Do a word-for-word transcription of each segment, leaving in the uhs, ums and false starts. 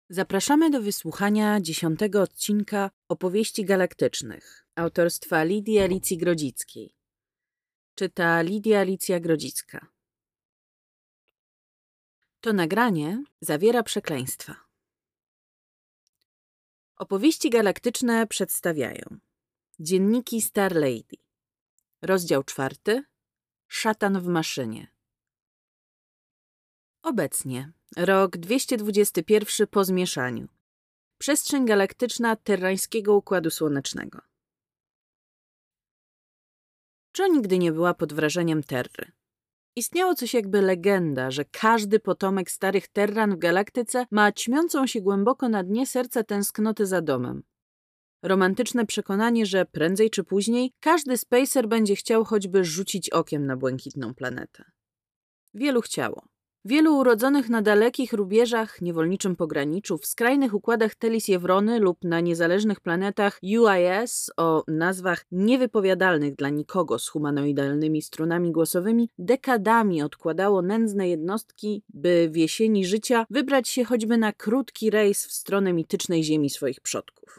Zapraszamy do wysłuchania dziesiątego odcinka Opowieści Galaktycznych autorstwa Lidii Alicji Grodzickiej. Czyta Lidia Alicja Grodzicka. To nagranie zawiera przekleństwa. Opowieści galaktyczne przedstawiają Dzienniki Star Lady. Rozdział czwarty. Szatan w maszynie. Obecnie, rok dwieście dwudziesty pierwszy po zmieszaniu. Przestrzeń galaktyczna terrańskiego Układu Słonecznego. Jo nigdy nie była pod wrażeniem Terry. Istniało coś jakby legenda, że każdy potomek starych Terran w galaktyce ma ćmiącą się głęboko na dnie serca tęsknoty za domem. Romantyczne przekonanie, że prędzej czy później każdy spacer będzie chciał choćby rzucić okiem na błękitną planetę. Wielu chciało. Wielu urodzonych na dalekich rubieżach, niewolniczym pograniczu, w skrajnych układach Telis-Jewrony lub na niezależnych planetach U I S o nazwach niewypowiadalnych dla nikogo z humanoidalnymi strunami głosowymi dekadami odkładało nędzne jednostki, by w jesieni życia wybrać się choćby na krótki rejs w stronę mitycznej ziemi swoich przodków.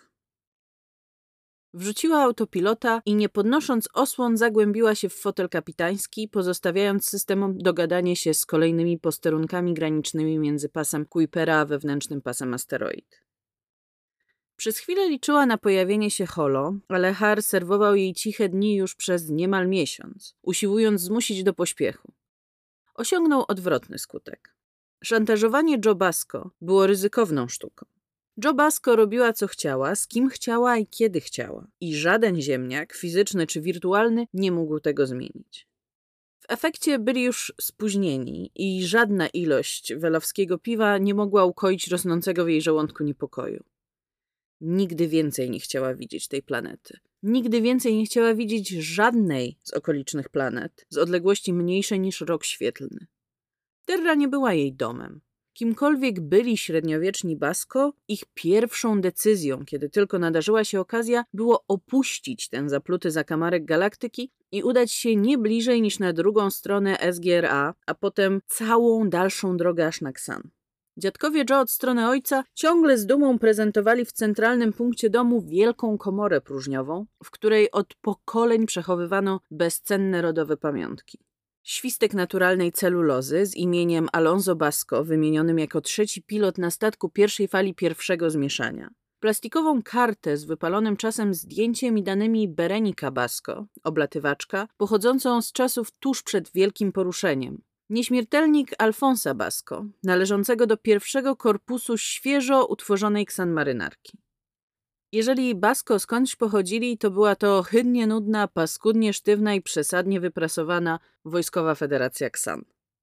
Wrzuciła autopilota i nie podnosząc osłon zagłębiła się w fotel kapitański, pozostawiając systemom dogadanie się z kolejnymi posterunkami granicznymi między pasem Kuipera a wewnętrznym pasem asteroid. Przez chwilę liczyła na pojawienie się Holo, ale Har serwował jej ciche dni już przez niemal miesiąc, usiłując zmusić do pośpiechu. Osiągnął odwrotny skutek. Szantażowanie Jo Basko było ryzykowną sztuką. Jo Basko robiła co chciała, z kim chciała i kiedy chciała. I żaden ziemniak, fizyczny czy wirtualny, nie mógł tego zmienić. W efekcie byli już spóźnieni i żadna ilość welowskiego piwa nie mogła ukoić rosnącego w jej żołądku niepokoju. Nigdy więcej nie chciała widzieć tej planety. Nigdy więcej nie chciała widzieć żadnej z okolicznych planet, z odległości mniejszej niż rok świetlny. Terra nie była jej domem. Kimkolwiek byli średniowieczni Basko, ich pierwszą decyzją, kiedy tylko nadarzyła się okazja, było opuścić ten zapluty zakamarek galaktyki i udać się nie bliżej niż na drugą stronę S G R A, a potem całą dalszą drogę aż na Ksan. Dziadkowie Jo od strony ojca ciągle z dumą prezentowali w centralnym punkcie domu wielką komorę próżniową, w której od pokoleń przechowywano bezcenne rodowe pamiątki. Świstek naturalnej celulozy z imieniem Alonso Basko, wymienionym jako trzeci pilot na statku pierwszej fali pierwszego zmieszania. Plastikową kartę z wypalonym czasem zdjęciem i danymi Berenika Basko, oblatywaczka, pochodzącą z czasów tuż przed wielkim poruszeniem. Nieśmiertelnik Alfonsa Basko, należącego do pierwszego korpusu świeżo utworzonej Ksan marynarki. Jeżeli Basko skądś pochodzili, to była to ohydnie nudna, paskudnie sztywna i przesadnie wyprasowana Wojskowa Federacja Ksan.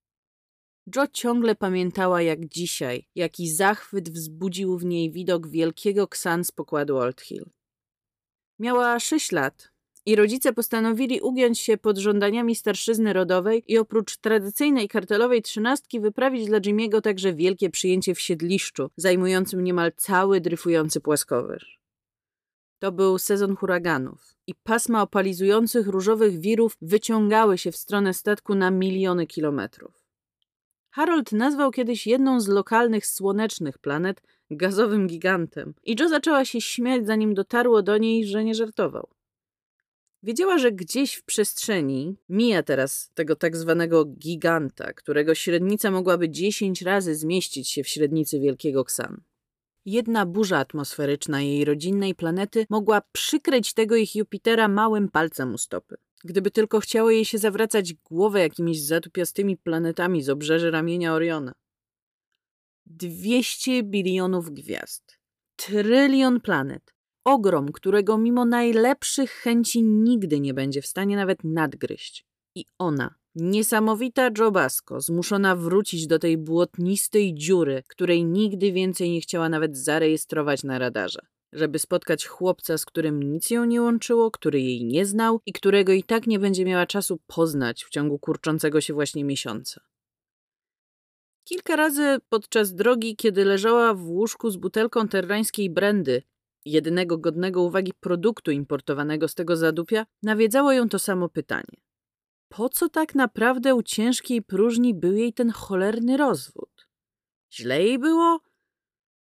Jo ciągle pamiętała jak dzisiaj, jaki zachwyt wzbudził w niej widok wielkiego Ksan z pokładu Old Hill. Miała sześć lat i rodzice postanowili ugiąć się pod żądaniami starszyzny rodowej i oprócz tradycyjnej kartelowej trzynastki wyprawić dla Jimmy'ego także wielkie przyjęcie w siedliszczu, zajmującym niemal cały dryfujący płaskowyż. To był sezon huraganów i pasma opalizujących różowych wirów wyciągały się w stronę statku na miliony kilometrów. Harold nazwał kiedyś jedną z lokalnych słonecznych planet gazowym gigantem i Jo zaczęła się śmiać, zanim dotarło do niej, że nie żartował. Wiedziała, że gdzieś w przestrzeni mija teraz tego tak zwanego giganta, którego średnica mogłaby dziesięć razy zmieścić się w średnicy wielkiego Ksan. Jedna burza atmosferyczna jej rodzinnej planety mogła przykryć tego ich Jupitera małym palcem u stopy. Gdyby tylko chciało jej się zawracać głowę jakimiś zatupiastymi planetami z obrzeży ramienia Oriona. Dwieście bilionów gwiazd. Trylion planet. Ogrom, którego mimo najlepszych chęci nigdy nie będzie w stanie nawet nadgryźć. I ona, niesamowita Jo Basko, zmuszona wrócić do tej błotnistej dziury, której nigdy więcej nie chciała nawet zarejestrować na radarze. Żeby spotkać chłopca, z którym nic ją nie łączyło, który jej nie znał i którego i tak nie będzie miała czasu poznać w ciągu kurczącego się właśnie miesiąca. Kilka razy podczas drogi, kiedy leżała w łóżku z butelką terrańskiej brandy, jedynego godnego uwagi produktu importowanego z tego zadupia, nawiedzało ją to samo pytanie. Po co tak naprawdę u ciężkiej próżni był jej ten cholerny rozwód? Źle jej było?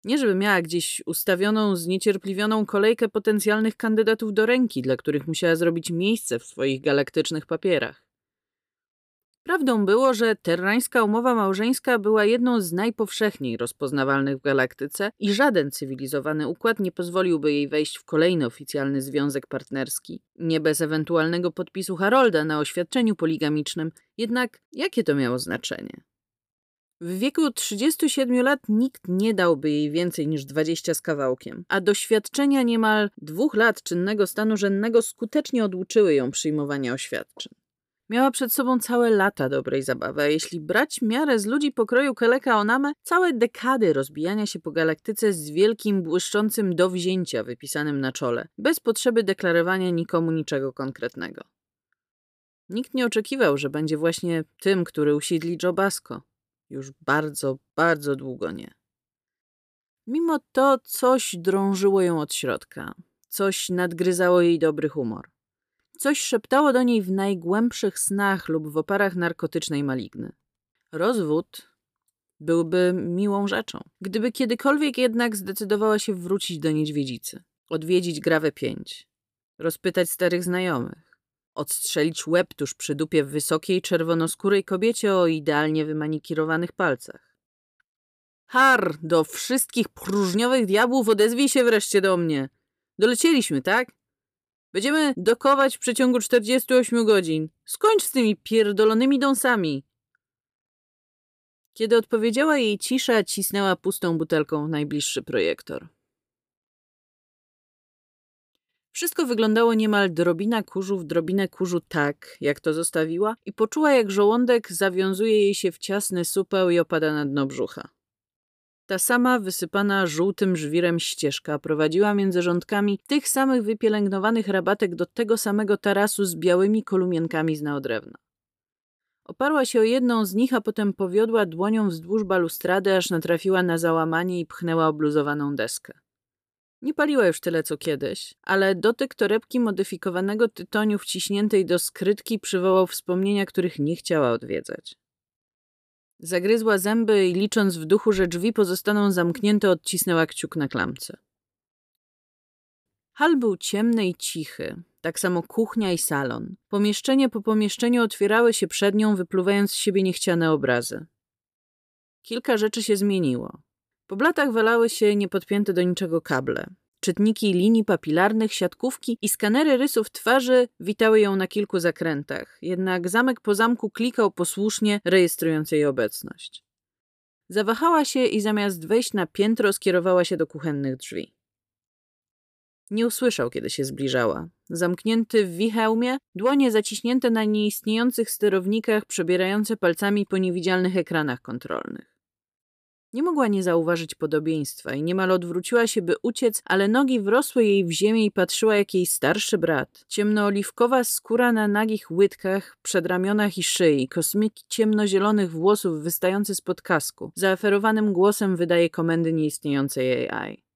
Nie żeby miała gdzieś ustawioną, zniecierpliwioną kolejkę potencjalnych kandydatów do ręki, dla których musiała zrobić miejsce w swoich galaktycznych papierach. Prawdą było, że terrańska umowa małżeńska była jedną z najpowszechniej rozpoznawalnych w galaktyce i żaden cywilizowany układ nie pozwoliłby jej wejść w kolejny oficjalny związek partnerski. Nie bez ewentualnego podpisu Harolda na oświadczeniu poligamicznym, jednak jakie to miało znaczenie? W wieku trzydziestu siedmiu lat nikt nie dałby jej więcej niż dwadzieścia z kawałkiem, a doświadczenia niemal dwóch lat czynnego stanu rzędnego skutecznie oduczyły ją przyjmowania oświadczeń. Miała przed sobą całe lata dobrej zabawy, a jeśli brać miarę z ludzi pokroju Keleka Oname, całe dekady rozbijania się po galaktyce z wielkim, błyszczącym do wzięcia wypisanym na czole, bez potrzeby deklarowania nikomu niczego konkretnego. Nikt nie oczekiwał, że będzie właśnie tym, który usiedli Joe Basco. Już bardzo, bardzo długo nie. Mimo to coś drążyło ją od środka. Coś nadgryzało jej dobry humor. Coś szeptało do niej w najgłębszych snach lub w oparach narkotycznej maligny. Rozwód byłby miłą rzeczą. Gdyby kiedykolwiek jednak zdecydowała się wrócić do Niedźwiedzicy, odwiedzić Grawę pięć, rozpytać starych znajomych, odstrzelić łeb tuż przy dupie wysokiej, czerwonoskórej kobiecie o idealnie wymanikirowanych palcach. Har, do wszystkich próżniowych diabłów, odezwij się wreszcie do mnie. Dolecieliśmy, tak? Będziemy dokować w przeciągu czterdziestu ośmiu godzin. Skończ z tymi pierdolonymi dąsami. Kiedy odpowiedziała jej cisza, cisnęła pustą butelką w najbliższy projektor. Wszystko wyglądało niemal drobina kurzu w drobinę kurzu tak, jak to zostawiła, i poczuła, jak żołądek zawiązuje jej się w ciasny supeł i opada na dno brzucha. Ta sama wysypana żółtym żwirem ścieżka prowadziła między rządkami tych samych wypielęgnowanych rabatek do tego samego tarasu z białymi kolumienkami z naodrewna. Oparła się o jedną z nich, a potem powiodła dłonią wzdłuż balustrady, aż natrafiła na załamanie i pchnęła obluzowaną deskę. Nie paliła już tyle co kiedyś, ale dotyk torebki modyfikowanego tytoniu wciśniętej do skrytki przywołał wspomnienia, których nie chciała odwiedzać. Zagryzła zęby i licząc w duchu, że drzwi pozostaną zamknięte, odcisnęła kciuk na klamce. Hal był ciemny i cichy, tak samo kuchnia i salon. Pomieszczenie po pomieszczeniu otwierały się przed nią, wypluwając z siebie niechciane obrazy. Kilka rzeczy się zmieniło. Po blatach walały się niepodpięte do niczego kable. Czytniki linii papilarnych, siatkówki i skanery rysów twarzy witały ją na kilku zakrętach, jednak zamek po zamku klikał posłusznie, rejestrując jej obecność. Zawahała się i zamiast wejść na piętro, skierowała się do kuchennych drzwi. Nie usłyszał, kiedy się zbliżała. Zamknięty w wichełmie, dłonie zaciśnięte na nieistniejących sterownikach, przebierające palcami po niewidzialnych ekranach kontrolnych. Nie mogła nie zauważyć podobieństwa i niemal odwróciła się, by uciec, ale nogi wrosły jej w ziemię i patrzyła, jak jej starszy brat. Ciemnooliwkowa skóra na nagich łydkach, przedramionach i szyi, kosmyki ciemnozielonych włosów wystające spod kasku, zaoferowanym głosem wydaje komendy nieistniejącej A I.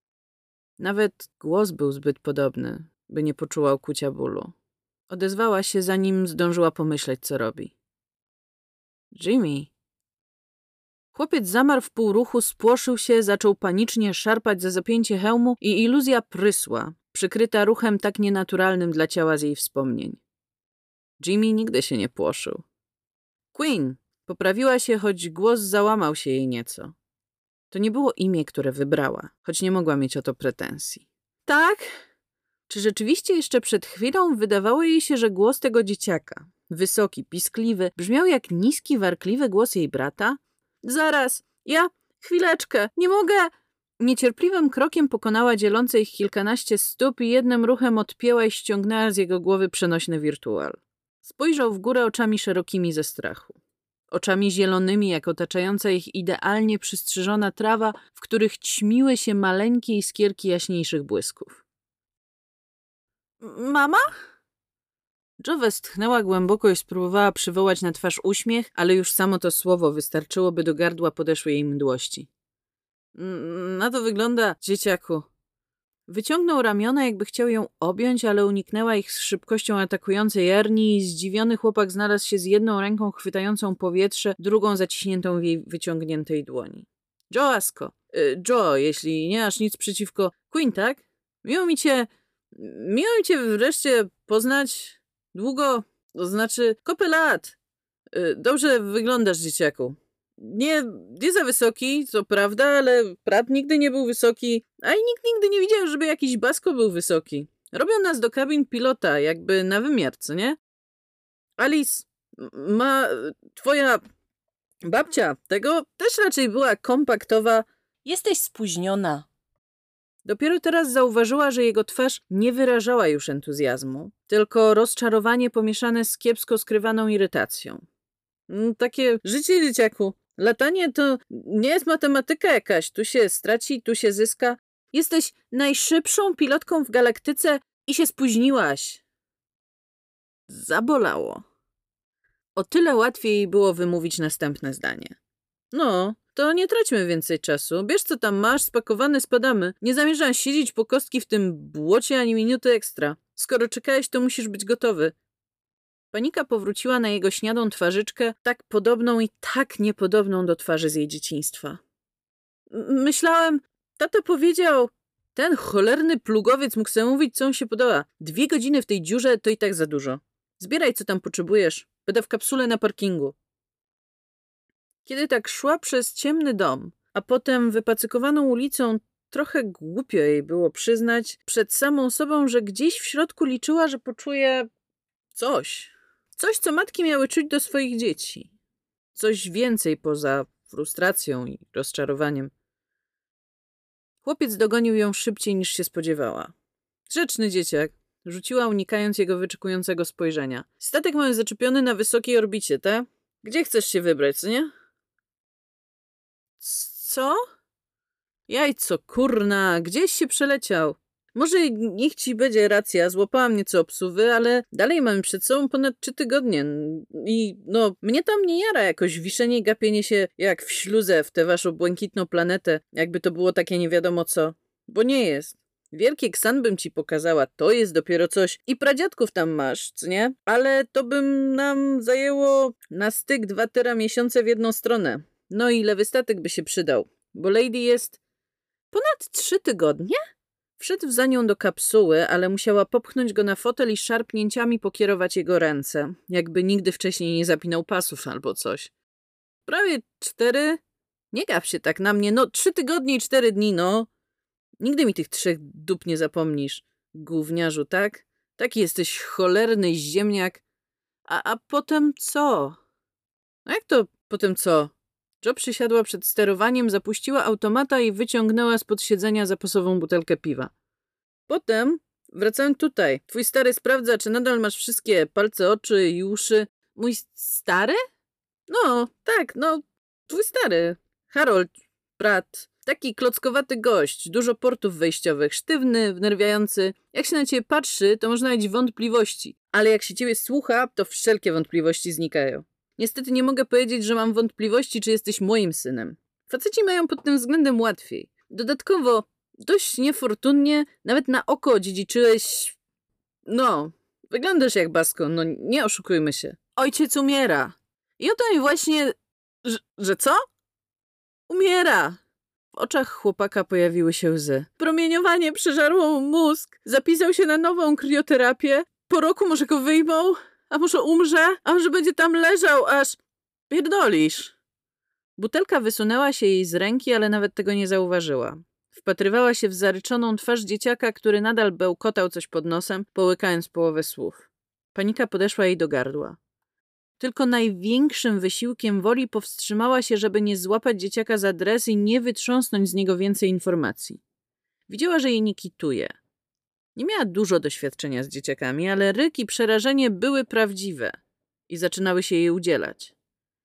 Nawet głos był zbyt podobny, by nie poczuła ukucia bólu. Odezwała się, zanim zdążyła pomyśleć, co robi. Jimmy. Chłopiec zamarł w półruchu, spłoszył się, zaczął panicznie szarpać za zapięcie hełmu i iluzja prysła, przykryta ruchem tak nienaturalnym dla ciała z jej wspomnień. Jimmy nigdy się nie płoszył. Queen! Poprawiła się, choć głos załamał się jej nieco. To nie było imię, które wybrała, choć nie mogła mieć o to pretensji. Tak? Czy rzeczywiście jeszcze przed chwilą wydawało jej się, że głos tego dzieciaka, wysoki, piskliwy, brzmiał jak niski, warkliwy głos jej brata? Zaraz, ja, chwileczkę, nie mogę... Niecierpliwym krokiem pokonała dzielące ich kilkanaście stóp i jednym ruchem odpięła i ściągnęła z jego głowy przenośny wirtual. Spojrzał w górę oczami szerokimi ze strachu. Oczami zielonymi, jak otaczająca ich idealnie przystrzyżona trawa, w których ćmiły się maleńkie iskierki jaśniejszych błysków. Mama? Jo westchnęła głęboko i spróbowała przywołać na twarz uśmiech, ale już samo to słowo wystarczyło, by do gardła podeszły jej mdłości. Na to wygląda, dzieciaku. Wyciągnął ramiona, jakby chciał ją objąć, ale uniknęła ich z szybkością atakującej Erni i zdziwiony chłopak znalazł się z jedną ręką chwytającą powietrze, drugą zaciśniętą w jej wyciągniętej dłoni. Joasko, Y, Joe, jeśli nie masz nic przeciwko... Queen, tak? Miło mi cię... Miło mi cię wreszcie poznać. Długo, to znaczy kopę lat. Y, Dobrze wyglądasz, dzieciaku. Nie, nie za wysoki, co prawda, ale Pratt nigdy nie był wysoki, a i nikt nigdy nie widział, żeby jakiś Basko był wysoki. Robią nas do kabin pilota, jakby na wymiar, co nie? Alice, m- ma... twoja babcia tego też raczej była kompaktowa. Jesteś spóźniona. Dopiero teraz zauważyła, że jego twarz nie wyrażała już entuzjazmu, tylko rozczarowanie pomieszane z kiepsko skrywaną irytacją. Mm, Takie życie, dzieciaku. Latanie to nie jest matematyka jakaś. Tu się straci, tu się zyska. Jesteś najszybszą pilotką w galaktyce i się spóźniłaś. Zabolało. O tyle łatwiej było wymówić następne zdanie. No, to nie traćmy więcej czasu. Bierz co tam masz, spakowany spadamy. Nie zamierzam siedzieć po kostki w tym błocie ani minuty ekstra. Skoro czekałeś, to musisz być gotowy. Panika powróciła na jego śniadą twarzyczkę, tak podobną i tak niepodobną do twarzy z jej dzieciństwa. M- Myślałem, tata powiedział, ten cholerny plugowiec mógł sobie mówić, co mu się podoba. Dwie godziny w tej dziurze to i tak za dużo. Zbieraj, co tam potrzebujesz. Będę w kapsule na parkingu. Kiedy tak szła przez ciemny dom, a potem wypacykowaną ulicą, trochę głupio jej było przyznać przed samą sobą, że gdzieś w środku liczyła, że poczuje coś. Coś, co matki miały czuć do swoich dzieci. Coś więcej poza frustracją i rozczarowaniem. Chłopiec dogonił ją szybciej niż się spodziewała. Grzeczny dzieciak, rzuciła, unikając jego wyczekującego spojrzenia. Statek mamy zaczepiony na wysokiej orbicie, tak? Gdzie chcesz się wybrać, co nie? Co? Jajco, kurna, gdzieś się przeleciał. Może niech ci będzie racja, złapałam nieco obsuwy, ale dalej mamy przed sobą ponad trzy tygodnie. I no, mnie tam nie jara jakoś wiszenie i gapienie się jak w śluzę w tę waszą błękitną planetę, jakby to było takie nie wiadomo co. Bo nie jest. Wielkie Ksan bym ci pokazała, to jest dopiero coś. I pradziadków tam masz, co nie? Ale to bym nam zajęło na styk dwa tera miesiące w jedną stronę. No i lewy statek by się przydał, bo Lady jest ponad trzy tygodnie? Wszedł za nią do kapsuły, ale musiała popchnąć go na fotel i szarpnięciami pokierować jego ręce, jakby nigdy wcześniej nie zapinał pasów albo coś. Prawie cztery? Nie gaw się tak na mnie, no trzy tygodnie i cztery dni, no. Nigdy mi tych trzech dup nie zapomnisz, gówniarzu, tak? Taki jesteś cholerny ziemniak. A, a potem co? No jak to potem co? Jo przysiadła przed sterowaniem, zapuściła automata i wyciągnęła spod siedzenia zapasową butelkę piwa. Potem wracałem tutaj. Twój stary sprawdza, czy nadal masz wszystkie palce, oczy i uszy. Mój stary? No, tak, no, twój stary. Harold, brat. Taki klockowaty gość, dużo portów wejściowych, sztywny, wnerwiający. Jak się na ciebie patrzy, to można mieć wątpliwości. Ale jak się ciebie słucha, to wszelkie wątpliwości znikają. Niestety nie mogę powiedzieć, że mam wątpliwości, czy jesteś moim synem. Faceci mają pod tym względem łatwiej. Dodatkowo, dość niefortunnie, nawet na oko odziedziczyłeś... No, wyglądasz jak Basko, no nie oszukujmy się. Ojciec umiera. I o to mi właśnie... Że, że co? Umiera. W oczach chłopaka pojawiły się łzy. Promieniowanie przeżarło mu mózg. Zapisał się na nową krioterapię. Po roku może go wyjmą, a może umrze, a może będzie tam leżał, aż... Pierdolisz. Butelka wysunęła się jej z ręki, ale nawet tego nie zauważyła. Wpatrywała się w zaryczoną twarz dzieciaka, który nadal bełkotał coś pod nosem, połykając połowę słów. Panika podeszła jej do gardła. Tylko największym wysiłkiem woli powstrzymała się, żeby nie złapać dzieciaka za dres i nie wytrząsnąć z niego więcej informacji. Widziała, że jej nie kituje. Nie miała dużo doświadczenia z dzieciakami, ale ryk i przerażenie były prawdziwe i zaczynały się jej udzielać.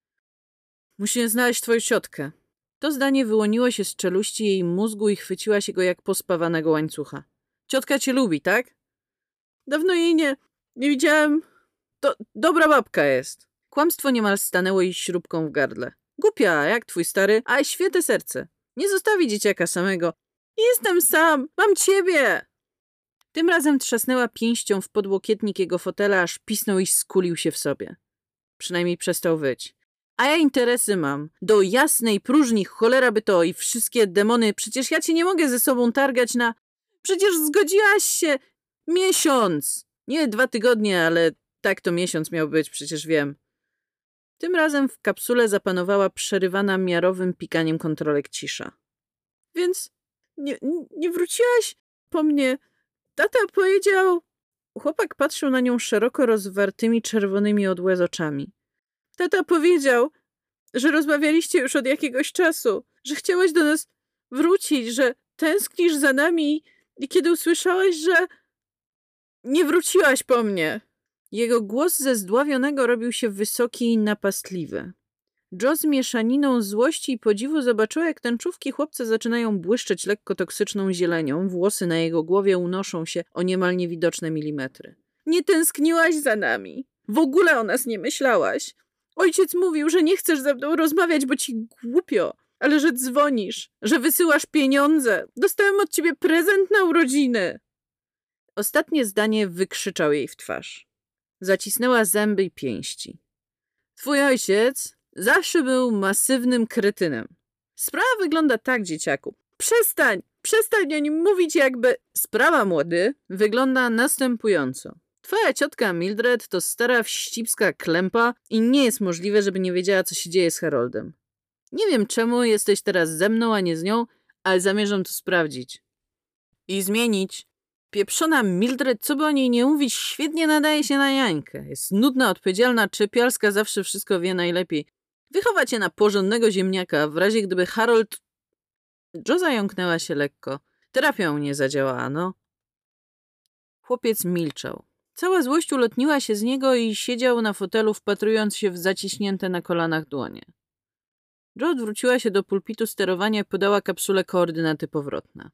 Musimy znaleźć twoją ciotkę. To zdanie wyłoniło się z czeluści jej mózgu i chwyciła się go jak pospawanego łańcucha. Ciotka cię lubi, tak? Dawno jej nie... nie widziałem... To dobra babka jest. Kłamstwo niemal stanęło jej śrubką w gardle. Głupia, jak twój stary, a święte serce. Nie zostawi dzieciaka samego. Jestem sam, mam ciebie! Tym razem trzasnęła pięścią w podłokietnik jego fotela, aż pisnął i skulił się w sobie. Przynajmniej przestał wyć. A ja interesy mam. Do jasnej próżni, cholera by to i wszystkie demony. Przecież ja cię nie mogę ze sobą targać na... Przecież zgodziłaś się... Miesiąc! Nie dwa tygodnie, ale tak to miesiąc miał być, przecież wiem. Tym razem w kapsule zapanowała przerywana miarowym pikaniem kontrolek cisza. Więc nie, nie wróciłaś po mnie. Tata powiedział... Chłopak patrzył na nią szeroko rozwartymi, czerwonymi od łez oczami. Tata powiedział, że rozmawialiście już od jakiegoś czasu, że chciałaś do nas wrócić, że tęsknisz za nami i kiedy usłyszałaś, że nie wróciłaś po mnie. Jego głos ze zdławionego robił się wysoki i napastliwy. Jo z mieszaniną złości i podziwu zobaczyła, jak tęczówki chłopca zaczynają błyszczeć lekko toksyczną zielenią, włosy na jego głowie unoszą się o niemal niewidoczne milimetry. Nie tęskniłaś za nami. W ogóle o nas nie myślałaś. Ojciec mówił, że nie chcesz ze mną rozmawiać, bo ci głupio, ale że dzwonisz, że wysyłasz pieniądze. Dostałem od ciebie prezent na urodziny. Ostatnie zdanie wykrzyczał jej w twarz. Zacisnęła zęby i pięści. Twój ojciec zawsze był masywnym kretynem. Sprawa wygląda tak, dzieciaku. Przestań, przestań o nim mówić jakby... Sprawa, młody, wygląda następująco. Twoja ciotka Mildred to stara wścibska klępa i nie jest możliwe, żeby nie wiedziała, co się dzieje z Haroldem. Nie wiem, czemu jesteś teraz ze mną, a nie z nią, ale zamierzam to sprawdzić. I zmienić. Pieprzona Mildred, co by o niej nie mówić, świetnie nadaje się na Jańkę. Jest nudna, odpowiedzialna, czepialska, zawsze wszystko wie najlepiej. Wychowa cię na porządnego ziemniaka, w razie gdyby Harold... Jo zająknęła się lekko. Terapia nie zadziałała, no. Chłopiec milczał. Cała złość ulotniła się z niego i siedział na fotelu, wpatrując się w zaciśnięte na kolanach dłonie. Jo odwróciła się do pulpitu sterowania i podała kapsulę koordynaty powrotne.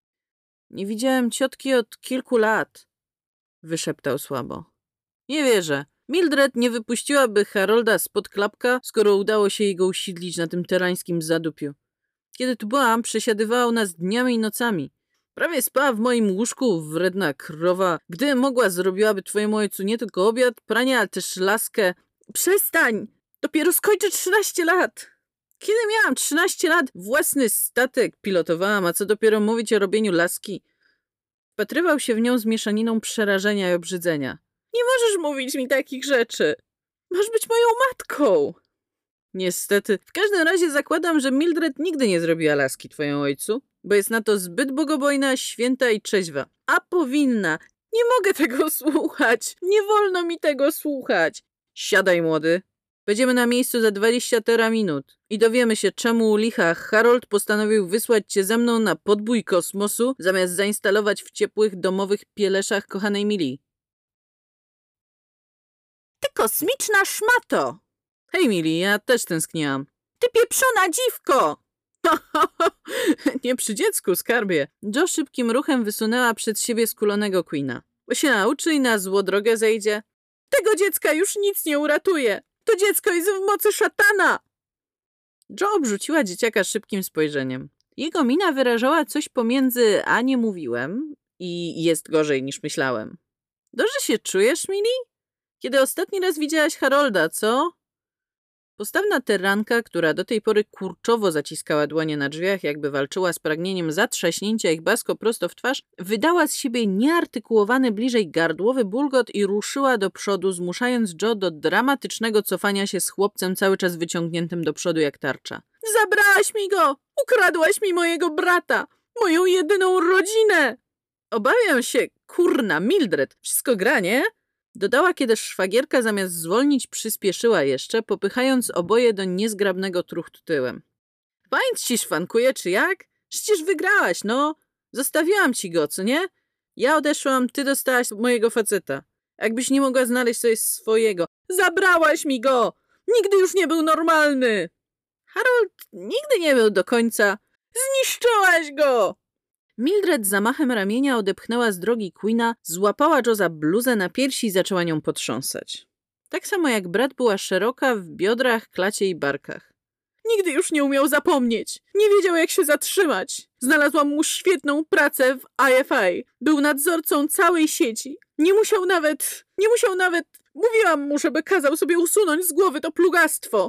Nie widziałem ciotki od kilku lat, wyszeptał słabo. Nie wierzę. Mildred nie wypuściłaby Harolda spod klapka, skoro udało się jej go usidlić na tym terańskim zadupiu. Kiedy tu byłam, przesiadywała u nas dniami i nocami. Prawie spała w moim łóżku, wredna krowa. Gdy mogła, zrobiłaby twojemu ojcu nie tylko obiad, pranie, ale też laskę. Przestań! Dopiero skończę trzynaście lat! Kiedy miałam trzynaście lat, własny statek pilotowałam, a co dopiero mówić o robieniu laski. Wpatrywał się w nią z mieszaniną przerażenia i obrzydzenia. Nie możesz mówić mi takich rzeczy. Masz być moją matką. Niestety. W każdym razie zakładam, że Mildred nigdy nie zrobiła laski twojemu ojcu, bo jest na to zbyt bogobojna, święta i trzeźwa. A powinna. Nie mogę tego słuchać. Nie wolno mi tego słuchać. Siadaj, młody. Będziemy na miejscu za dwadzieścia tera minut i dowiemy się, czemu u licha Harold postanowił wysłać cię ze mną na podbój kosmosu, zamiast zainstalować w ciepłych, domowych pieleszach kochanej Mili. Ty kosmiczna szmato! Hej, Mili, ja też tęskniłam. Ty pieprzona dziwko! Nie przy dziecku, skarbie. Jo szybkim ruchem wysunęła przed siebie skulonego Queena. Bo się nauczy i na złą drogę zejdzie. Tego dziecka już nic nie uratuje! To dziecko jest w mocy szatana! Jo obrzuciła dzieciaka szybkim spojrzeniem. Jego mina wyrażała coś pomiędzy a nie mówiłem i jest gorzej niż myślałem. Dobrze się czujesz, Mili? Kiedy ostatni raz widziałaś Harolda, co? Postawna tyranka, która do tej pory kurczowo zaciskała dłonie na drzwiach, jakby walczyła z pragnieniem zatrzaśnięcia ich basko prosto w twarz, wydała z siebie nieartykułowany bliżej gardłowy bulgot i ruszyła do przodu, zmuszając Jo do dramatycznego cofania się z chłopcem cały czas wyciągniętym do przodu jak tarcza. Zabrałaś mi go! Ukradłaś mi mojego brata! Moją jedyną rodzinę! Obawiam się, kurna, Mildred. Wszystko gra, nie? Dodała, kiedy szwagierka zamiast zwolnić przyspieszyła jeszcze, popychając oboje do niezgrabnego truchtu tyłem. Pańc ci szwankuje, czy jak? Przecież wygrałaś, no. Zostawiłam ci go, co nie? Ja odeszłam, ty dostałaś mojego faceta. Jakbyś nie mogła znaleźć sobie swojego. Zabrałaś mi go! Nigdy już nie był normalny! Harold nigdy nie był do końca. Zniszczyłaś go! Mildred zamachem ramienia odepchnęła z drogi Queena, złapała Jo za bluzę na piersi i zaczęła nią potrząsać. Tak samo jak brat była szeroka w biodrach, klacie i barkach. Nigdy już nie umiał zapomnieć. Nie wiedział, jak się zatrzymać. Znalazłam mu świetną pracę w I F I. Był nadzorcą całej sieci. Nie musiał nawet... Nie musiał nawet... Mówiłam mu, żeby kazał sobie usunąć z głowy to plugastwo.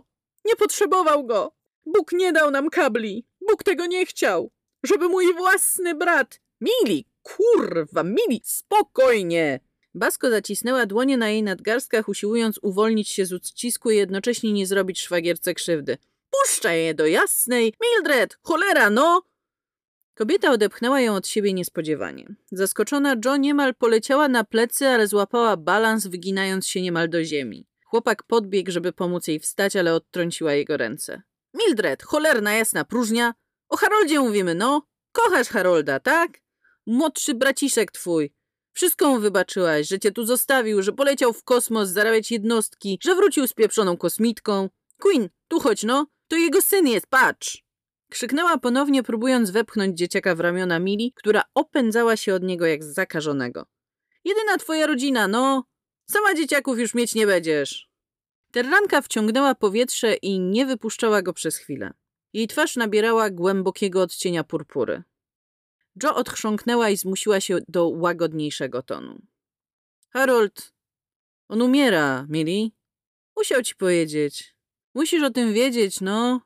Nie potrzebował go. Bóg nie dał nam kabli. Bóg tego nie chciał. Żeby mój własny brat... Mili, kurwa, Mili, spokojnie. Basko zacisnęła dłonie na jej nadgarstkach, usiłując uwolnić się z uścisku i jednocześnie nie zrobić szwagierce krzywdy. Puszczaj je do jasnej. Mildred, cholera, no! Kobieta odepchnęła ją od siebie niespodziewanie. Zaskoczona Jo niemal poleciała na plecy, ale złapała balans, wyginając się niemal do ziemi. Chłopak podbiegł, żeby pomóc jej wstać, ale odtrąciła jego ręce. Mildred, cholerna jasna próżnia. O Haroldzie mówimy, no. Kochasz Harolda, tak? Młodszy braciszek twój. Wszystko mu wybaczyłaś, że cię tu zostawił, że poleciał w kosmos zarabiać jednostki, że wrócił z pieprzoną kosmitką. Queen, tu chodź no. To jego syn jest, patrz. Krzyknęła ponownie, próbując wepchnąć dzieciaka w ramiona Mili, która opędzała się od niego jak zakażonego. Jedyna twoja rodzina, no. Sama dzieciaków już mieć nie będziesz. Terranka wciągnęła powietrze i nie wypuszczała go przez chwilę. Jej twarz nabierała głębokiego odcienia purpury. Jo odchrząknęła i zmusiła się do łagodniejszego tonu. Harold, on umiera, Mili. Musiał ci powiedzieć. Musisz o tym wiedzieć, no.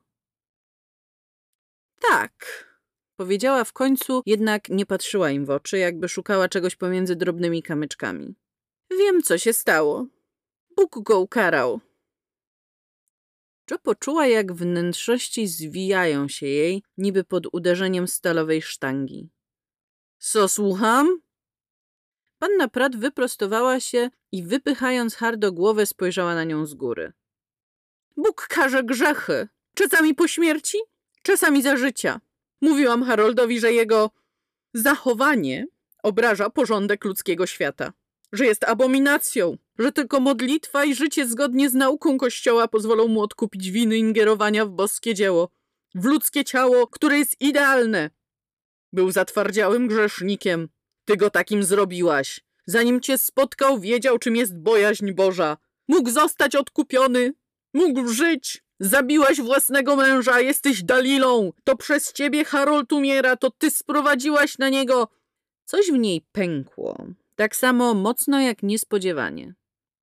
Tak, powiedziała w końcu, jednak nie patrzyła im w oczy, jakby szukała czegoś pomiędzy drobnymi kamyczkami. Wiem, co się stało. Bóg go ukarał. Jo poczuła, jak wnętrzności zwijają się jej, niby pod uderzeniem stalowej sztangi. Co słucham? Panna Pratt wyprostowała się i wypychając hardo głowę spojrzała na nią z góry. Bóg karze grzechy. Czasami po śmierci, czasami za życia. Mówiłam Haroldowi, że jego zachowanie obraża porządek ludzkiego świata. Że jest abominacją. Że tylko modlitwa i życie zgodnie z nauką Kościoła pozwolą mu odkupić winy ingerowania w boskie dzieło. W ludzkie ciało, które jest idealne. Był zatwardziałym grzesznikiem. Ty go takim zrobiłaś. Zanim cię spotkał, wiedział, czym jest bojaźń Boża. Mógł zostać odkupiony. Mógł żyć. Zabiłaś własnego męża, jesteś Dalilą. To przez ciebie Harold umiera, to ty sprowadziłaś na niego. Coś w niej pękło. Tak samo mocno jak niespodziewanie.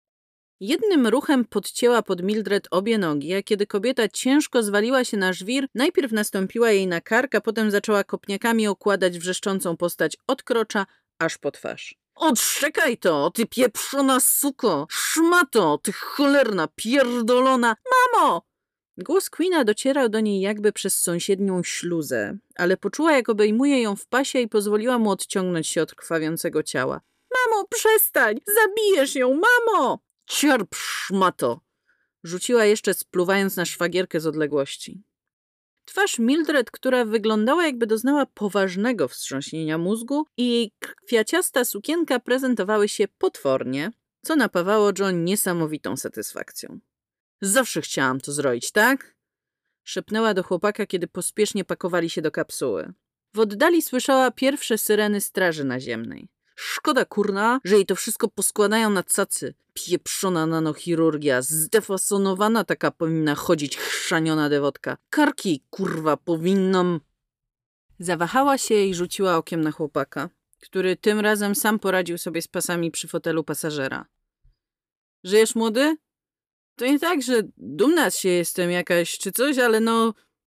Jednym ruchem podcięła pod Mildred obie nogi, a kiedy kobieta ciężko zwaliła się na żwir, najpierw nastąpiła jej na kark, a potem zaczęła kopniakami okładać wrzeszczącą postać od krocza aż po twarz. Odszczekaj to, ty pieprzona suko! Szmato, ty cholerna, pierdolona! Mamo! Głos Queena docierał do niej jakby przez sąsiednią śluzę, ale poczuła, jak obejmuje ją w pasie i pozwoliła mu odciągnąć się od krwawiącego ciała. Mamo, przestań! Zabijesz ją, mamo! Cierp, szmato! Rzuciła jeszcze, spluwając na szwagierkę z odległości. Twarz Mildred, która wyglądała, jakby doznała poważnego wstrząśnienia mózgu, i jej kwiaciasta sukienka prezentowały się potwornie, co napawało John niesamowitą satysfakcją. Zawsze chciałam to zrobić, tak? Szepnęła do chłopaka, kiedy pospiesznie pakowali się do kapsuły. W oddali słyszała pierwsze syreny straży naziemnej. Szkoda, kurna, że jej to wszystko poskładają na cacy. Pieprzona nanochirurgia, zdefasonowana taka powinna chodzić chrzaniona dewotka. Karki, kurwa, powinną... Zawahała się i rzuciła okiem na chłopaka, który tym razem sam poradził sobie z pasami przy fotelu pasażera. Żyjesz, młody? To nie tak, że dumna z siebie jestem jakaś czy coś, ale no...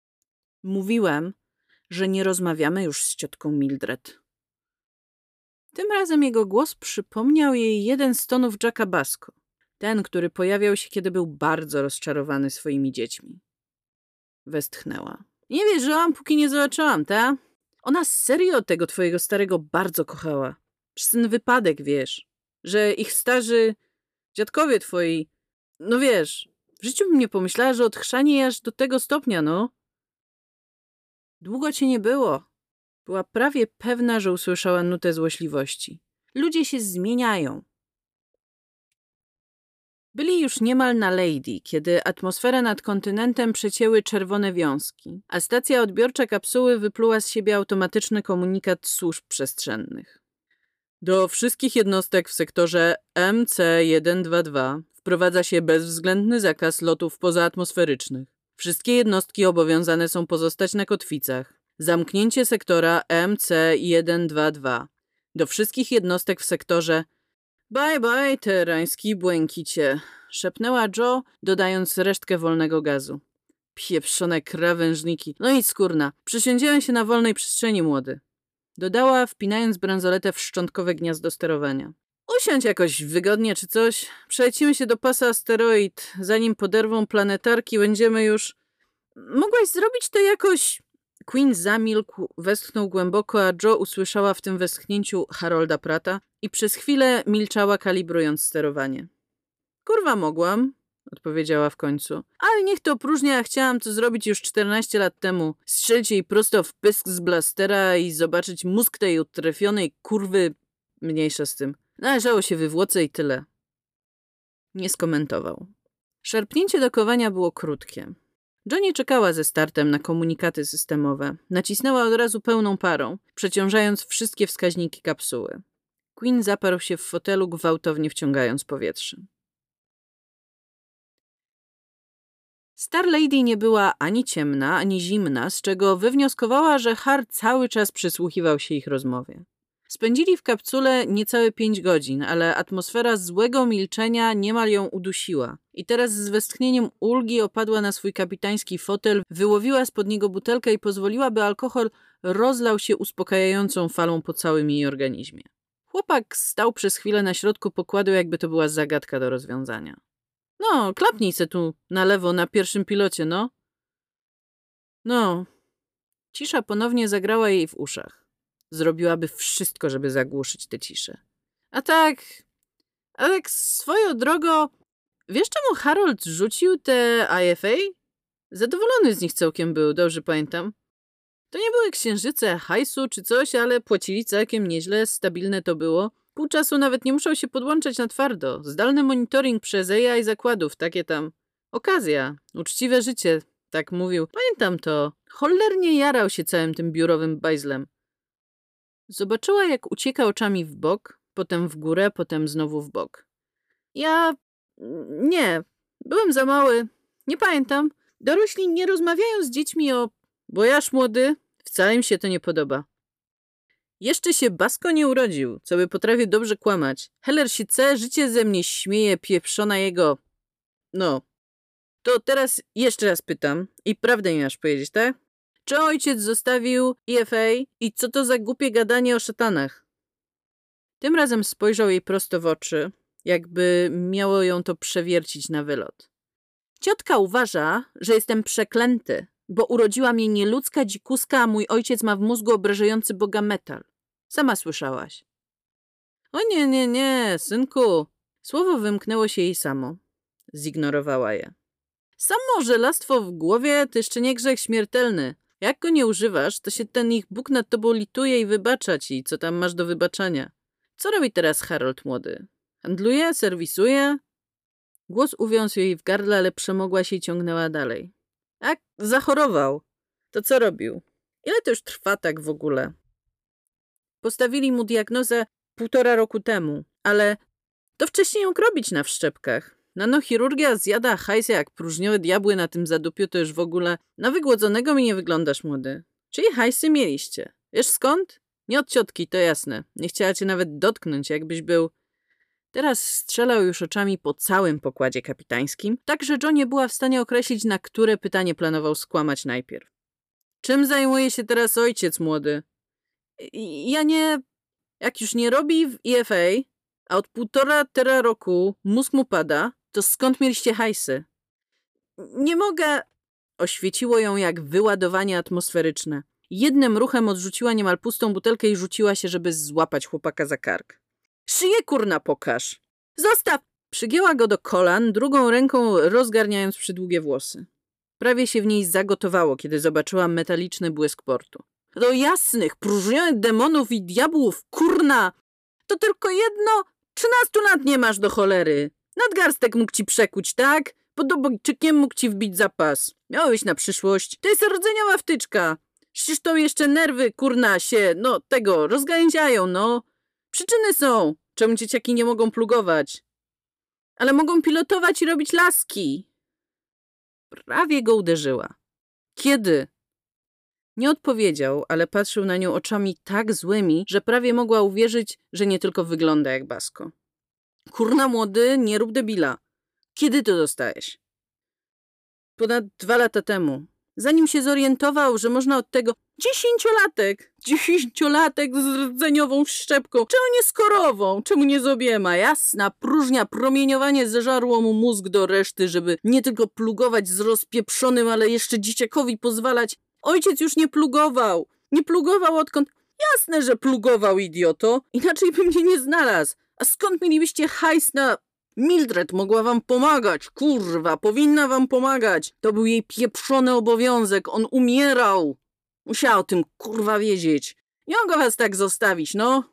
Mówiłem, że nie rozmawiamy już z ciotką Mildred. Tym razem jego głos przypomniał jej jeden z tonów Jacka Basko. Ten, który pojawiał się, kiedy był bardzo rozczarowany swoimi dziećmi. Westchnęła. Nie wierzyłam, póki nie zobaczyłam, ta? Ona serio tego twojego starego bardzo kochała. Przez ten wypadek, wiesz, że ich starzy dziadkowie twoi, no wiesz, w życiu bym nie pomyślała, że odchrzanie jej aż do tego stopnia, no. Długo cię nie było. Była prawie pewna, że usłyszała nutę złośliwości. Ludzie się zmieniają. Byli już niemal na Lady, kiedy atmosferę nad kontynentem przecięły czerwone wiązki, a stacja odbiorcza kapsuły wypluła z siebie automatyczny komunikat służb przestrzennych. Do wszystkich jednostek w sektorze M C sto dwadzieścia dwa wprowadza się bezwzględny zakaz lotów pozaatmosferycznych. Wszystkie jednostki obowiązane są pozostać na kotwicach. Zamknięcie sektora M C sto dwadzieścia dwa. Do wszystkich jednostek w sektorze... Bye bye, terański błękicie, szepnęła Jo, dodając resztkę wolnego gazu. Pieprzone krawężniki. No i skórna. Przysiądziałem się na wolnej przestrzeni, młody. Dodała, wpinając bransoletę w szczątkowe gniazdo sterowania. Usiądź jakoś wygodnie czy coś. Przelecimy się do pasa asteroid. Zanim poderwą planetarki, będziemy już... Mogłaś zrobić to jakoś... Queen zamilkł, westchnął głęboko, a Jo usłyszała w tym westchnięciu Harolda Pratta i przez chwilę milczała, kalibrując sterowanie. Kurwa mogłam, odpowiedziała w końcu. Ale niech to próżnia, chciałam to zrobić już czternaście lat temu. Strzelić jej prosto w pysk z blastera i zobaczyć mózg tej utrefionej kurwy... Mniejsza z tym. Należało się wywłoce i tyle. Nie skomentował. Szarpnięcie do kowania było krótkie. Jo nie czekała ze startem na komunikaty systemowe. Nacisnęła od razu pełną parą, przeciążając wszystkie wskaźniki kapsuły. Queen zaparł się w fotelu, gwałtownie wciągając powietrze. Star Lady nie była ani ciemna, ani zimna, z czego wywnioskowała, że Har cały czas przysłuchiwał się ich rozmowie. Spędzili w kapsule niecałe pięć godzin, ale atmosfera złego milczenia niemal ją udusiła. I teraz z westchnieniem ulgi opadła na swój kapitański fotel, wyłowiła spod niego butelkę i pozwoliła, by alkohol rozlał się uspokajającą falą po całym jej organizmie. Chłopak stał przez chwilę na środku pokładu, jakby to była zagadka do rozwiązania. No, klapnij se tu na lewo na pierwszym pilocie, no. No. Cisza ponownie zagrała jej w uszach. Zrobiłaby wszystko, żeby zagłuszyć tę ciszę. A tak... A tak swoją drogą... Wiesz, czemu Harold rzucił te I F A? Zadowolony z nich całkiem był, dobrze pamiętam. To nie były księżyce hajsu czy coś, ale płacili całkiem nieźle, stabilne to było. Pół czasu nawet nie muszą się podłączać na twardo. Zdalny monitoring przez A I zakładów, takie tam. Okazja, uczciwe życie, tak mówił. Pamiętam to. Cholernie jarał się całym tym biurowym bajzlem. Zobaczyła, jak ucieka oczami w bok, potem w górę, potem znowu w bok. Ja... nie. Byłem za mały. Nie pamiętam. Dorośli nie rozmawiają z dziećmi o... Bojaż młody, wcale im się to nie podoba. Jeszcze się Basko nie urodził, co by potrafił dobrze kłamać. Heller się ce, życie ze mnie śmieje, pieprzona jego... No. To teraz jeszcze raz pytam i prawdę mi masz powiedzieć, tak? Czy ojciec zostawił I F A i co to za głupie gadanie o szatanach? Tym razem spojrzał jej prosto w oczy, jakby miało ją to przewiercić na wylot. Ciotka uważa, że jestem przeklęty, bo urodziła mnie nieludzka dzikuska, a mój ojciec ma w mózgu obrażający Boga metal. Sama słyszałaś. O nie, nie, nie, synku. Słowo wymknęło się jej samo. Zignorowała je. Samo żelastwo w głowie to jeszcze nie grzech śmiertelny. Jak go nie używasz, to się ten ich Bóg nad tobą lituje i wybacza ci, co tam masz do wybaczania. Co robi teraz Harold młody? Handluje? Serwisuje? Głos uwiązł jej w gardle, ale przemogła się i ciągnęła dalej. Jak zachorował? To co robił? Ile to już trwa tak w ogóle? Postawili mu diagnozę półtora roku temu, ale to wcześniej mógł robić na wszczepkach. Nanochirurgia zjada hajsy jak próżniowe diabły na tym zadupiu, to już w ogóle na wygłodzonego mi nie wyglądasz, młody. Czyje hajsy mieliście? Wiesz skąd? Nie od ciotki, to jasne. Nie chciała cię nawet dotknąć, jakbyś był... Teraz strzelał już oczami po całym pokładzie kapitańskim, tak że Jo nie była w stanie określić, na które pytanie planował skłamać najpierw. Czym zajmuje się teraz ojciec młody? Ja nie... Jak już nie robi w I F A, a od półtora tera roku mózg mu pada, to skąd mieliście hajsy? Nie mogę... Oświeciło ją jak wyładowanie atmosferyczne. Jednym ruchem odrzuciła niemal pustą butelkę i rzuciła się, żeby złapać chłopaka za kark. Szyję kurna pokaż! Zostaw! Przygięła go do kolan, drugą ręką rozgarniając przydługie włosy. Prawie się w niej zagotowało, kiedy zobaczyła metaliczny błysk portu. Do jasnych, próżnionych demonów i diabłów, kurna! To tylko jedno... Trzynastu lat nie masz do cholery. Nadgarstek mógł ci przekuć, tak? Pod obojczykiem mógł ci wbić zapas. Miałeś na przyszłość. To jest rdzeniowa wtyczka. Przecież to jeszcze nerwy, kurna, się, no, tego, rozgałęziają, no. Przyczyny są, czemu dzieciaki nie mogą plugować. Ale mogą pilotować i robić laski. Prawie go uderzyła. Kiedy? Nie odpowiedział, ale patrzył na nią oczami tak złymi, że prawie mogła uwierzyć, że nie tylko wygląda jak Basko. Kurna młody, nie rób debila. Kiedy to dostałeś? ponad dwa lata temu. Zanim się zorientował, że można od tego dziesięciolatek, dziesięciolatek z rdzeniową szczepką, czemu nie skorową, czemu nie z obiema? Jasna próżnia, promieniowanie zeżarło mu mózg do reszty, żeby nie tylko plugować z rozpieprzonym, ale jeszcze dzieciakowi pozwalać. Ojciec już nie plugował, nie plugował odkąd... Jasne, że plugował, idioto, inaczej by mnie nie znalazł. A skąd mielibyście hajs na... Mildred mogła wam pomagać, kurwa, powinna wam pomagać. To był jej pieprzony obowiązek, on umierał. Musiała o tym, kurwa, wiedzieć. Nie mogę was tak zostawić, no.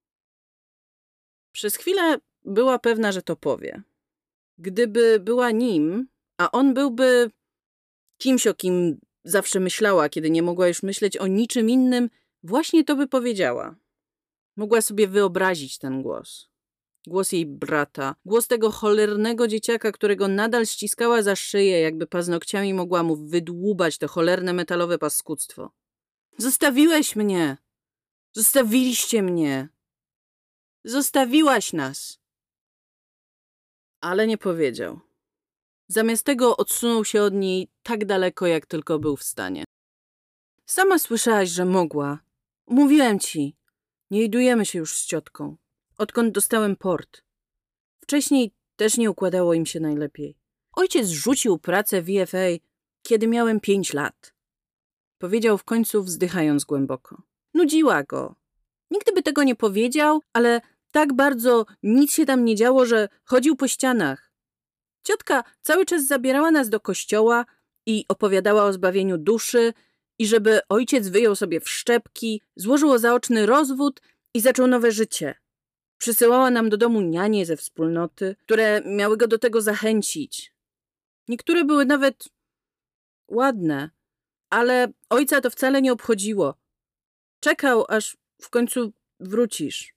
Przez chwilę była pewna, że to powie. Gdyby była nim, a on byłby kimś, o kim zawsze myślała, kiedy nie mogła już myśleć o niczym innym, właśnie to by powiedziała. Mogła sobie wyobrazić ten głos. Głos jej brata, głos tego cholernego dzieciaka, którego nadal ściskała za szyję, jakby paznokciami mogła mu wydłubać to cholerne metalowe paskudztwo. Zostawiłeś mnie! Zostawiliście mnie! Zostawiłaś nas! Ale nie powiedział. Zamiast tego odsunął się od niej tak daleko, jak tylko był w stanie. Sama słyszałaś, że mogła. Mówiłem ci. Nie idujemy się już z ciotką. Odkąd dostałem port. Wcześniej też nie układało im się najlepiej. Ojciec rzucił pracę w E F A, kiedy miałem pięć lat. Powiedział w końcu, wzdychając głęboko. Nudziła go. Nigdy by tego nie powiedział, ale tak bardzo nic się tam nie działo, że chodził po ścianach. Ciotka cały czas zabierała nas do kościoła i opowiadała o zbawieniu duszy i żeby ojciec wyjął sobie wszczepki, złożył zaoczny rozwód i zaczął nowe życie. Przysyłała nam do domu nianie ze wspólnoty, które miały go do tego zachęcić. Niektóre były nawet ładne, ale ojca to wcale nie obchodziło. Czekał, aż w końcu wrócisz.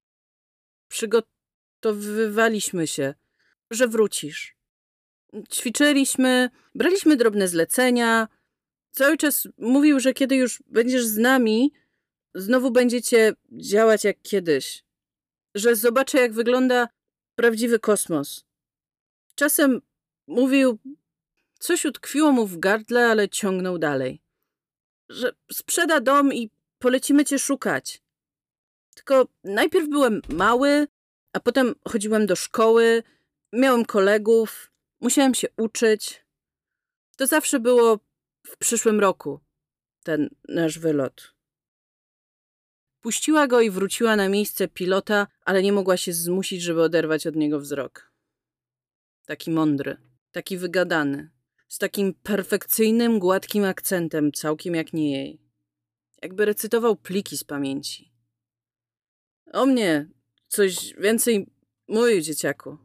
Przygotowywaliśmy się, że wrócisz. Ćwiczyliśmy, braliśmy drobne zlecenia. Cały czas mówił, że kiedy już będziesz z nami, znowu będziecie działać jak kiedyś. Że zobaczę, jak wygląda prawdziwy kosmos. Czasem mówił, coś utkwiło mu w gardle, ale ciągnął dalej. Że sprzeda dom i polecimy cię szukać. Tylko najpierw byłem mały, a potem chodziłem do szkoły, miałem kolegów, musiałem się uczyć. To zawsze było w przyszłym roku, ten nasz wylot. Puściła go i wróciła na miejsce pilota, ale nie mogła się zmusić, żeby oderwać od niego wzrok. Taki mądry, taki wygadany, z takim perfekcyjnym, gładkim akcentem, całkiem jak nie jej. Jakby recytował pliki z pamięci. O mnie coś więcej mówił, dzieciaku.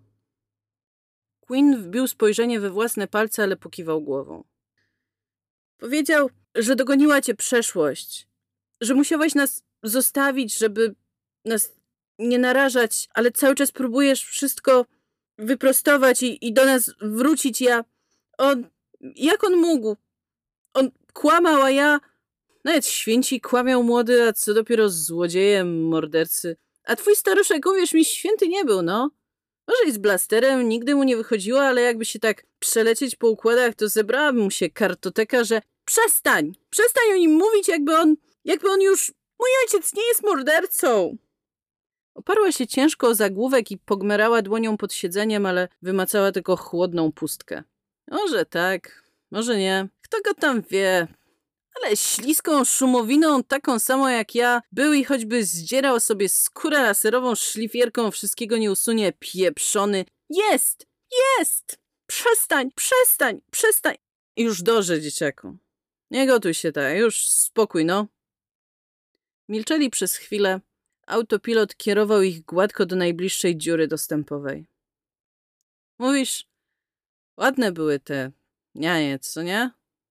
Quinn wbił spojrzenie we własne palce, ale pokiwał głową. Powiedział, że dogoniła cię przeszłość, że musiałaś nas zostawić, żeby nas nie narażać, ale cały czas próbujesz wszystko wyprostować i, i do nas wrócić. Ja... On... Jak on mógł? On kłamał, a ja... Nawet święci kłamiał młody, a co dopiero złodziejem, mordercy. A twój staruszek, uwierz mi, święty nie był, no. Może i z blasterem nigdy mu nie wychodziło, ale jakby się tak przelecieć po układach, to zebrała mu się kartoteka, że przestań! Przestań o nim mówić, jakby on... Jakby on już... Mój ojciec nie jest mordercą! Oparła się ciężko o zagłówek i pogmerała dłonią pod siedzeniem, ale wymacała tylko chłodną pustkę. Może tak, może nie. Kto go tam wie? Ale śliską szumowiną, taką samą jak ja, był i choćby zdzierał sobie skórę laserową szlifierką, wszystkiego nie usunie, pieprzony. Jest! Jest! Przestań, przestań, przestań! Już dobrze, dzieciaku. Nie gotuj się tak, już spokój, no. Milczeli przez chwilę. Autopilot kierował ich gładko do najbliższej dziury dostępowej. Mówisz, ładne były te nianie, co nie?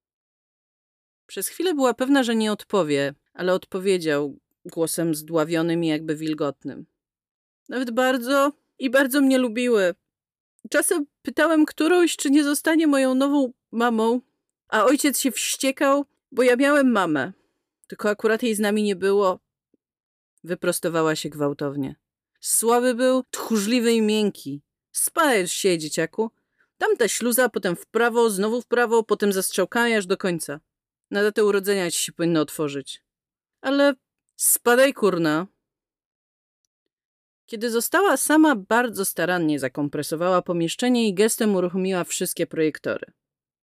Przez chwilę była pewna, że nie odpowie, ale odpowiedział głosem zdławionym i jakby wilgotnym. Nawet bardzo i bardzo mnie lubiły. Czasem pytałem którąś, czy nie zostanie moją nową mamą, a ojciec się wściekał, bo ja miałem mamę. Tylko akurat jej z nami nie było. Wyprostowała się gwałtownie. Słaby był, tchórzliwy i miękki. Spałeś się, dzieciaku. Tamta śluza, potem w prawo, znowu w prawo, potem za strzałkami aż do końca. Na datę urodzenia ci się powinno otworzyć. Ale spadaj, kurna. Kiedy została sama, bardzo starannie zakompresowała pomieszczenie i gestem uruchomiła wszystkie projektory.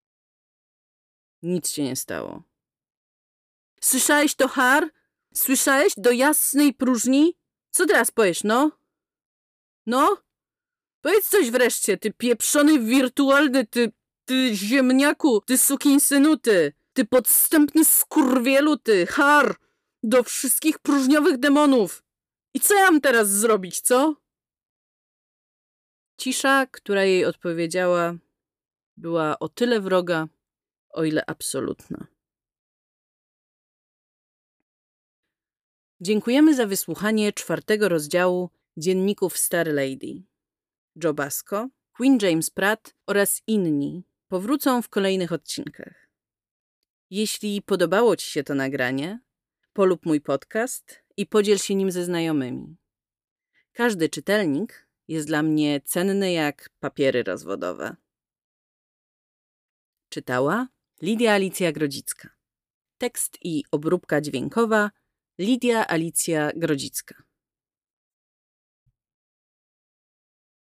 Nic się nie stało. Słyszałeś to, Har? Słyszałeś? Do jasnej próżni? Co teraz powiesz, no? No? Powiedz coś wreszcie, ty pieprzony wirtualny, ty, ty ziemniaku, ty sukinsynu, ty, ty podstępny skurwielu, ty, Har! Do wszystkich próżniowych demonów! I co ja mam teraz zrobić, co? Cisza, która jej odpowiedziała, była o tyle wroga, o ile absolutna. Dziękujemy za wysłuchanie czwartego rozdziału Dzienników Star Lady. Joe Basco, Queen James Pratt oraz inni powrócą w kolejnych odcinkach. Jeśli podobało ci się to nagranie, polub mój podcast i podziel się nim ze znajomymi. Każdy czytelnik jest dla mnie cenny jak papiery rozwodowe. Czytała Lidia Alicja Grodzicka. Tekst i obróbka dźwiękowa Lidia Alicja Grodzicka.